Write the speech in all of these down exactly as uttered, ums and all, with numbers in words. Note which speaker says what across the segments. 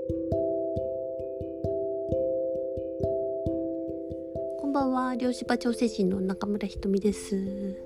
Speaker 1: こんばんは、漁師場調整士の中村ひとみです。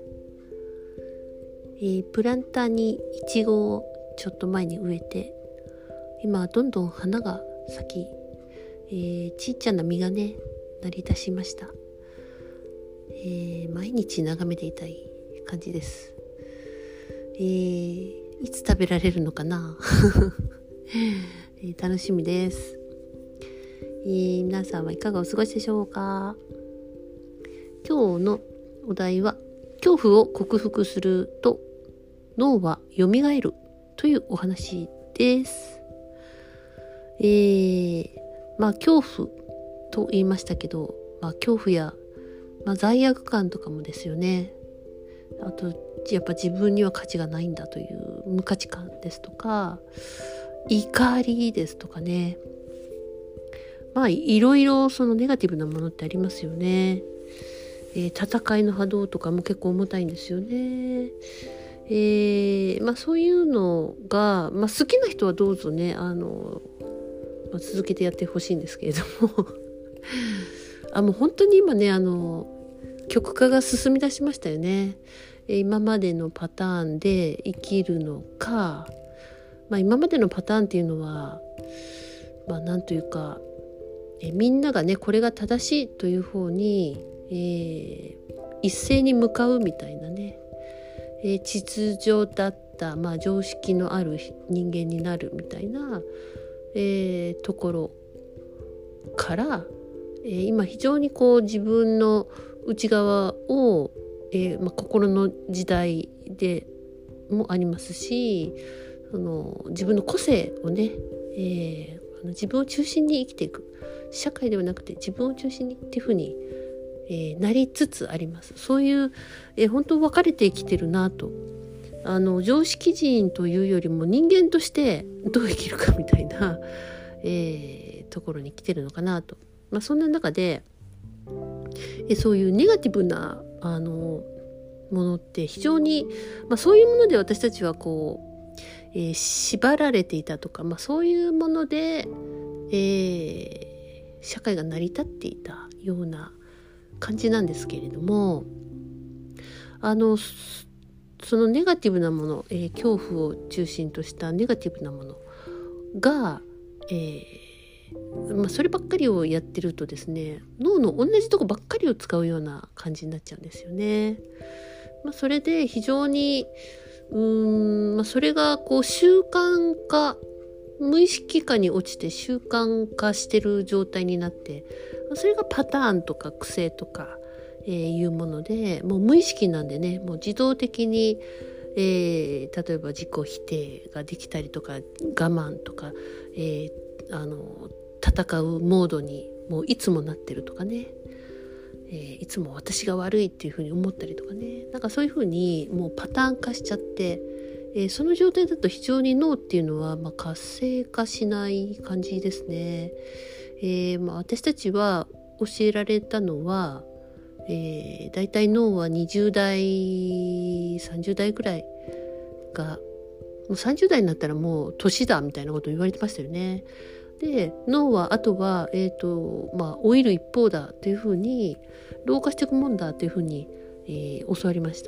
Speaker 1: えー、プランターにイチゴをちょっと前に植えて、今どんどん花が咲き、えー、ちっちゃな実がねなりだしました。えー、毎日眺めていたい感じです。えー、いつ食べられるのかな、えー、楽しみです。えー、皆さんはいかがお過ごしでしょうか。今日のお題は、恐怖を克服すると脳は蘇るというお話です。えー、まあ恐怖と言いましたけど、まあ、恐怖や、まあ、罪悪感とかもですよね。あとやっぱ自分には価値がないんだという無価値観ですとか、怒りですとかね、まあいろいろそのネガティブなものってありますよね。えー、戦いの波動とかも結構重たいんですよね。えー、まあそういうのが、まあ、好きな人はどうぞね、あの、まあ、続けてやってほしいんですけれどもあ、もう本当に今ね、あの極化が進み出しましたよね。えー、今までのパターンで生きるのか、まあ、今までのパターンっていうのは、まあなんというか、えー、みんながねこれが正しいという方に、えー、一斉に向かうみたいなね、えー、秩序だった、まあ、常識のある人間になるみたいな、えー、ところから、えー、今非常にこう自分の内側を、えーまあ、心の時代でもありますし、その自分の個性をね、えー、自分を中心に生きていく、社会ではなくて自分を中心にっていうふうに、えー、なりつつあります。そういう、えー、本当分かれて生きてるなと、あの常識人というよりも人間としてどう生きるかみたいな、えー、ところに来てるのかなと。まあ、そんな中で、えー、そういうネガティブなあのものって非常に、まあ、そういうもので私たちはこう、えー、縛られていたとか、まあ、そういうもので、えー、社会が成り立っていたような感じなんですけれども、あのそのネガティブなもの、えー、恐怖を中心としたネガティブなものが、えーまあ、そればっかりをやってるとですね、脳の同じとこばっかりを使うような感じになっちゃうんですよね。まあ、それで非常にうーん、まあ、それがこう習慣化、無意識化に落ちて習慣化してる状態になって、それがパターンとか癖とか、えー、いうもので、もう無意識なんでね、もう自動的に、えー、例えば自己否定ができたりとか、我慢とか、えー、あの戦うモードにもういつもなってるとかね、えー、いつも私が悪いっていうふうに思ったりとかね、なんかそういうふうにもうパターン化しちゃって、えー、その状態だと非常に脳っていうのは、まあ、活性化しない感じですね。えーまあ、私たちは教えられたのは、えー、だいたい脳はにじゅう代さんじゅう代ぐらいが、もうさんじゅう代になったらもう年だみたいなこと言われてましたよね。で、脳はあとは、えーとまあ、老いる一方だというふうに、老化していくもんだというふうに、えー、教わりました。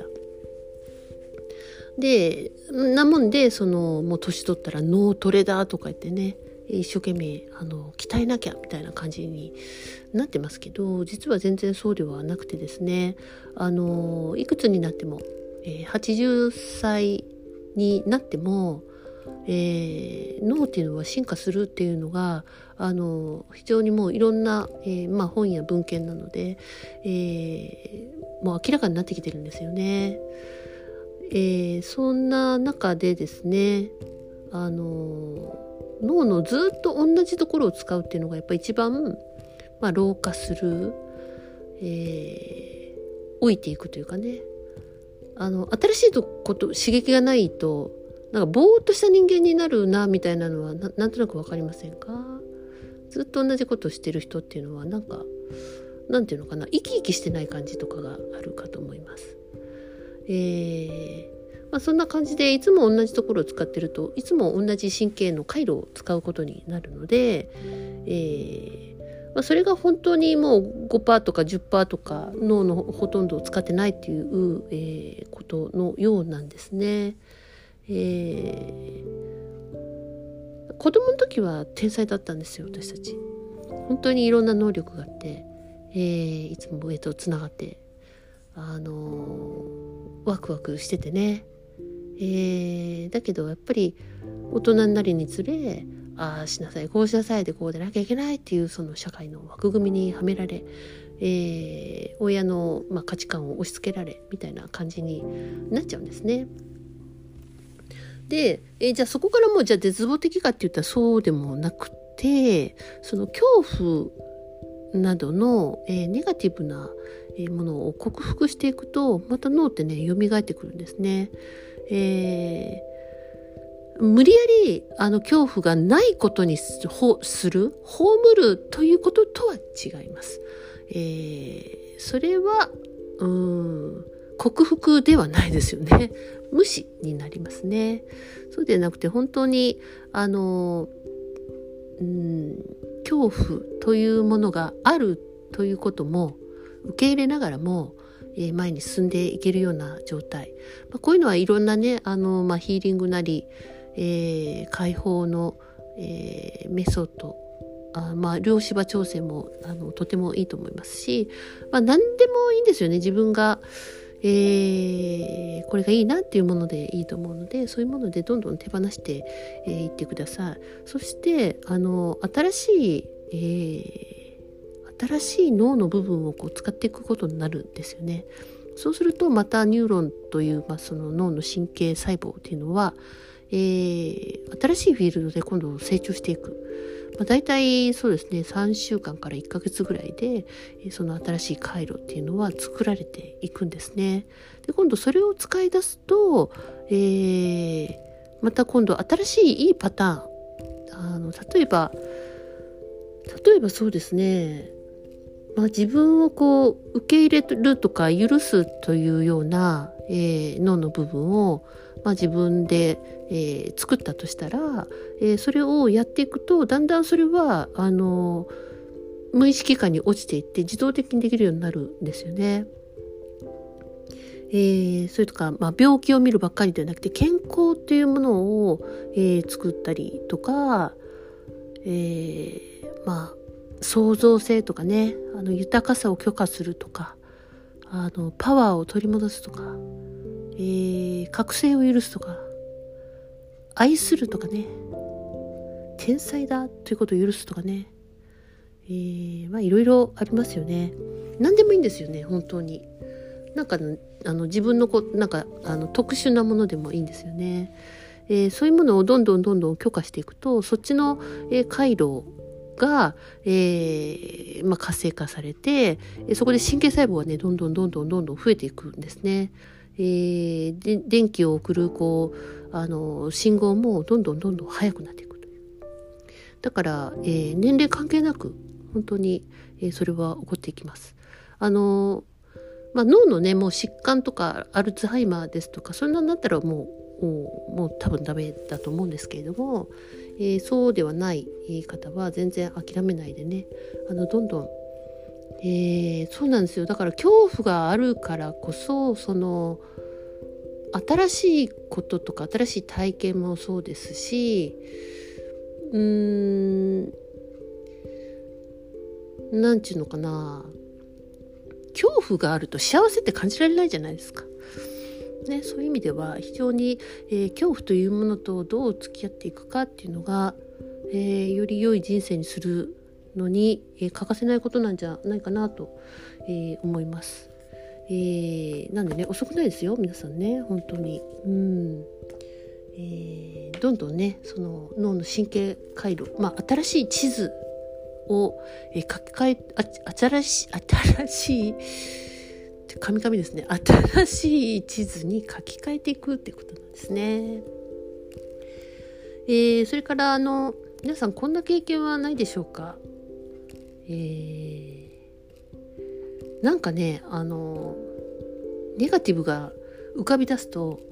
Speaker 1: で、なもんで、そのもう年取ったら脳トレだとか言ってね、一生懸命あの鍛えなきゃみたいな感じになってますけど、実は全然そうではなくてですね、あのいくつになっても、えー、はちじゅっさいになっても、えー、脳っていうのは進化するっていうのが、あの非常にもういろんな、えーまあ、本や文献なので、えー、もう明らかになってきてるんですよね。えー、そんな中でですね、あの脳のずっと同じところを使うっていうのがやっぱ一番、まあ、老化する、えー、老いていくというかね、あの新しいこと刺激がないとなんかぼーっとした人間になるなみたいなのは な, なんとなくわかりませんか。ずっと同じことをしてる人っていうのはなんかなんていうのかな、生き生きしてない感じとかがあるかと思います。えーまあ、そんな感じでいつも同じところを使ってるといつも同じ神経の回路を使うことになるので、えーまあ、それが本当にもう ごパーセント とか じゅっパーセント とか脳のほとんどを使ってないっていう、えー、ことのようなんですね。えー、子供の時は天才だったんですよ、私たち。本当にいろんな能力があって、えー、いつも上とつながってあのー、ワクワクしててね、えー、だけどやっぱり大人になるにつれ、ああしなさいこうしなさいでこうでなきゃいけないっていうその社会の枠組みにはめられ、えー、親の、まあ、価値観を押し付けられみたいな感じになっちゃうんですね。で、えー、じゃあそこからもうじゃあ絶望的かって言ったらそうでもなくて、その恐怖などの、えー、ネガティブなものを克服していくとまた脳ってね蘇ってくるんですね。えー、無理やりあの恐怖がないことにする葬るということとは違います。えー、それはうーん克服ではないですよね。無視になりますね。そうではなくて本当にあのうん恐怖というものがあるということも受け入れながらも、えー、前に進んでいけるような状態、まあ、こういうのはいろんなねあの、まあ、ヒーリングなり、えー、解放の、えー、メソッドあまあ量子場調整もあのとてもいいと思いますし、まあ、何でもいいんですよね。自分が、えー、これがいいなっていうものでいいと思うので、そういうものでどんどん手放してい、えー、ってください。そしてあの新しい、えー、新しい脳の部分をこう使っていくことになるんですよね。そうするとまたニューロンという、まあ、その脳の神経細胞っていうのは、えー、新しいフィールドで今度成長していく。まあ、大体そうですねさんしゅうかんからいっかげつぐらいでその新しい回路っていうのは作られていくんですね。で今度それを使い出すと、えー、また今度新しいいいパターンあの例えば例えばそうですね、まあ、自分をこう受け入れるとか許すというような、えー、脳の部分を、まあ、自分で、えー、作ったとしたら、えー、それをやっていくとだんだんそれはあの無意識下に落ちていって自動的にできるようになるんですよね。えー、それとか、まあ、病気を見るばっかりではなくて健康っていうものを、えー、作ったりとか、えー、まあ創造性とかねあの豊かさを許可するとかあのパワーを取り戻すとか、えー、覚醒を許すとか愛するとかね天才だということを許すとかね、えー、まあいろいろありますよね。何でもいいんですよね本当に。なんかあの自分のこなんかあの特殊なものでもいいんですよね。えー、そういうものをどんどんどんどん許可していくとそっちの、えー、回路が、えーまあ、活性化されてそこで神経細胞がねどんどんどんどんどんどん増えていくんですね。えー、で電気を送るこうあの信号もどんどんどんどん速くなっていくという。だから、えー、年齢関係なく本当に、えー、それは起こっていきます。あのまあ、脳のねもう疾患とかアルツハイマーですとかそんなになったらもうもう、もう多分ダメだと思うんですけれども、えー、そうではない方は全然諦めないでねあのどんどん、えー、そうなんですよ。だから恐怖があるからこそその新しいこととか新しい体験もそうですしうーんなんちゅうのかな恐怖があると幸せって感じられないじゃないですか。ね、そういう意味では非常に、えー、恐怖というものとどう付き合っていくかっていうのが、えー、より良い人生にするのに、えー、欠かせないことなんじゃないかなと、えー、思います。えー、なんでね遅くないですよ皆さんね本当に。うん、えー、どんどんねその脳の神経回路、まあ、新しい地図を、えー、書き換えあ新しい新しい神々ですね新しい地図に書き換えていくってことなんですね。えー、それからあの皆さんこんな経験はないでしょうか。えー、なんかねあのネガティブが浮かび出すと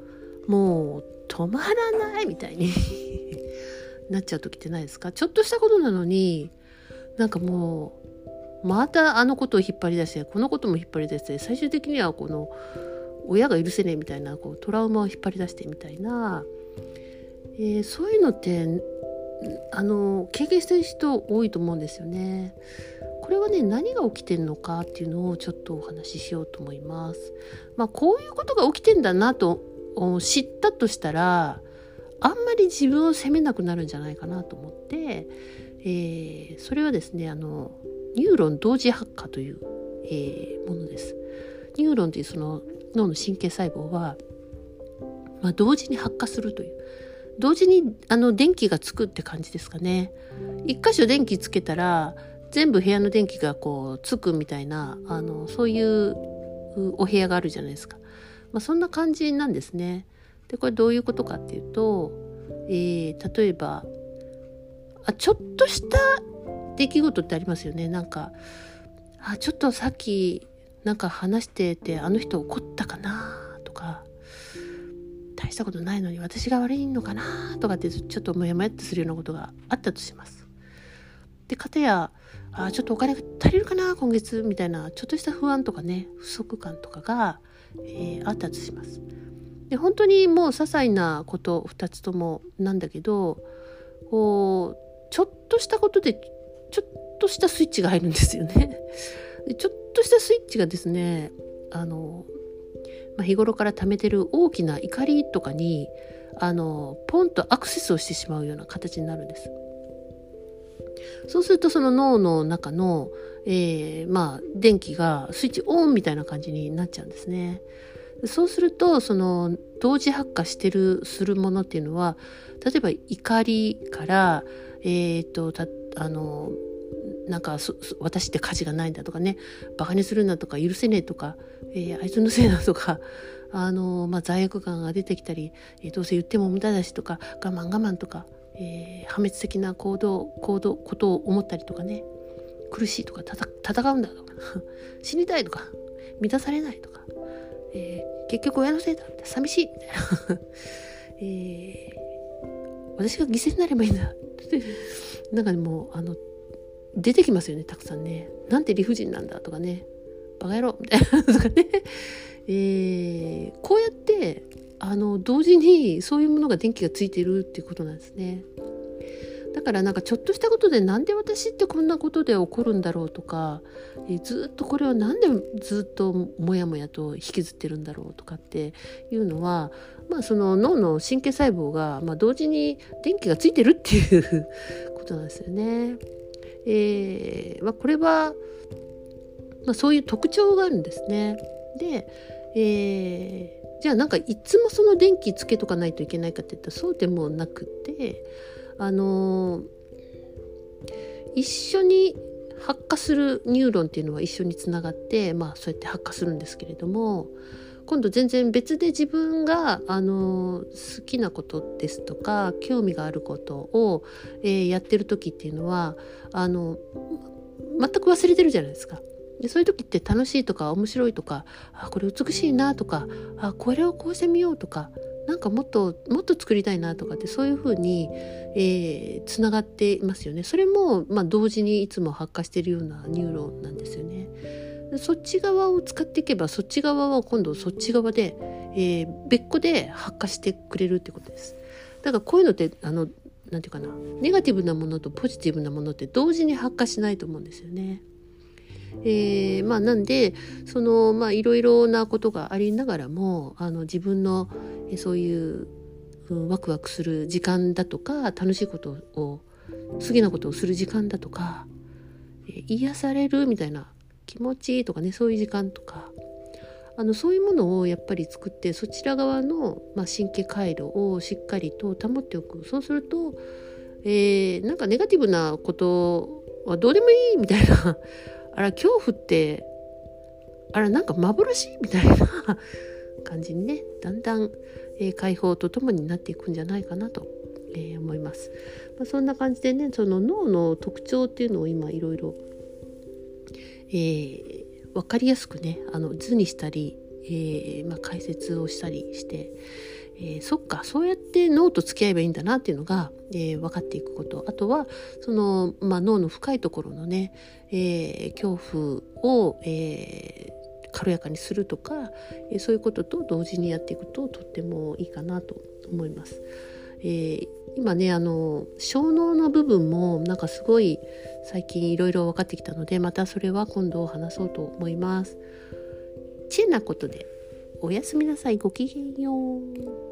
Speaker 1: もう止まらないみたいになっちゃう時ってないですか？ちょっとしたことなのになんかもうまたあのことを引っ張り出してこのことも引っ張り出して、最終的にはこの親が許せねえみたいなこうトラウマを引っ張り出してみたいな、えー、そういうのってあの経験してる人多いと思うんですよね。これはね、何が起きてるのかっていうのをちょっとお話ししようと思います。まあこういうことが起きてんだなと知ったとしたら、あんまり自分を責めなくなるんじゃないかなと思って、えー、それはですね、あのニューロン同時発火という、えー、ものです。ニューロンというその脳の神経細胞は、まあ、同時に発火するという、同時にあの電気がつくって感じですかね。一箇所電気つけたら全部部屋の電気がこうつくみたいな、あのそういうお部屋があるじゃないですか。まあ、そんな感じなんですね。でこれどういうことかっていうと、えー、例えばあちょっとした出来事ってありますよね。なんかあちょっとさっきなんか話しててあの人怒ったかなとか、大したことないのに私が悪いのかなとかってちょっともやもやっとするようなことがあったとします。でかたやあちょっとお金が足りるかな今月みたいなちょっとした不安とかね、不足感とかが、えー、あったとします。で本当にもう些細なことふたつともなんだけど、こうちょっとしたことでちょっとしたスイッチが入るんですよね。でちょっとしたスイッチがですね、あの、まあ、日頃から溜めてる大きな怒りとかにあのポンとアクセスをしてしまうような形になるんです。そうするとその脳の中の、えー、まあ電気がスイッチオンみたいな感じになっちゃうんですね。そうするとその同時発火してるするものっていうのは、例えば怒りから、えー、とたあのなんか私って価値がないんだとかね、バカにするんだとか許せねえとか、えー、あいつのせいだとか、あの、まあ、罪悪感が出てきたり、えー、どうせ言っても無駄だしとか、我慢我慢とか、えー、破滅的な行動行動ことを思ったりとかね、苦しいとかたた戦うんだとか死にたいとか満たされないとか、えー、結局親のせいだって寂しいみたいな、えー、私が犠牲になればいいんだってなんかもうあの出てきますよね、たくさんね。なんて理不尽なんだとかね、バカ野郎みたいなとかね、えー、こうやってあの同時にそういうものが電気がついているっていうことなんですね。だからなんかちょっとしたことでなんで私ってこんなことで起こるんだろうとか、えー、ずっとこれをなんでずっともやもやと引きずってるんだろうとかっていうのは、まあその脳の神経細胞が、まあ、同時に電気がついてるっていうことなんですよね。えーまあ、これは、まあ、そういう特徴があるんですね。で、えー、じゃあなんかいつもその電気つけとかないといけないかっていったらそうでもなくて、あのー、一緒に発火するニューロンっていうのは一緒につながって、まあ、そうやって発火するんですけれども、今度全然別で自分が、あの好きなことですとか興味があることを、えー、やってる時っていうのはあの全く忘れてるじゃないですか。でそういう時って楽しいとか面白いとか、あこれ美しいなとか、あこれをこうしてみようとか、なんかもっともっと作りたいなとかって、そういう風に、えー、つながっていますよね。それも、まあ、同時にいつも発火しているようなニューロンなんですよね。そっち側を使っていけば、そっち側は今度そっち側で、えー、別個で発火してくれるってことです。だからこういうのってあのなんていうかな、ネガティブなものとポジティブなものって同時に発火しないと思うんですよね。えー、まあなんでそのまあいろいろなことがありながらも、あの自分のえそういう、うん、ワクワクする時間だとか、楽しいことを好きなことをする時間だとか、えー、癒されるみたいな気持ちいいとかね、そういう時間とか、あのそういうものをやっぱり作って、そちら側の、まあ、神経回路をしっかりと保っておく。そうすると、えー、なんかネガティブなことはどうでもいいみたいなあら恐怖ってあらなんか幻みたいな感じにね、だんだん、えー、解放とともになっていくんじゃないかなと、えー、思います。まあ、そんな感じでね、その脳の特徴っていうのを今いろいろえー、分かりやすくね、あの図にしたり、えーまあ、解説をしたりして、 えー、そっかそうやって脳と付き合えばいいんだなっていうのが、えー、分かっていくこと。あとはその、まあ、脳の深いところのね、えー、恐怖を、えー、軽やかにするとか、えー、そういうことと同時にやっていくととってもいいかなと思います。えー、今ねあの小脳の部分もなんかすごい最近いろいろ分かってきたので、またそれは今度話そうと思います。ちなことでおやすみなさい。ごきげんよう。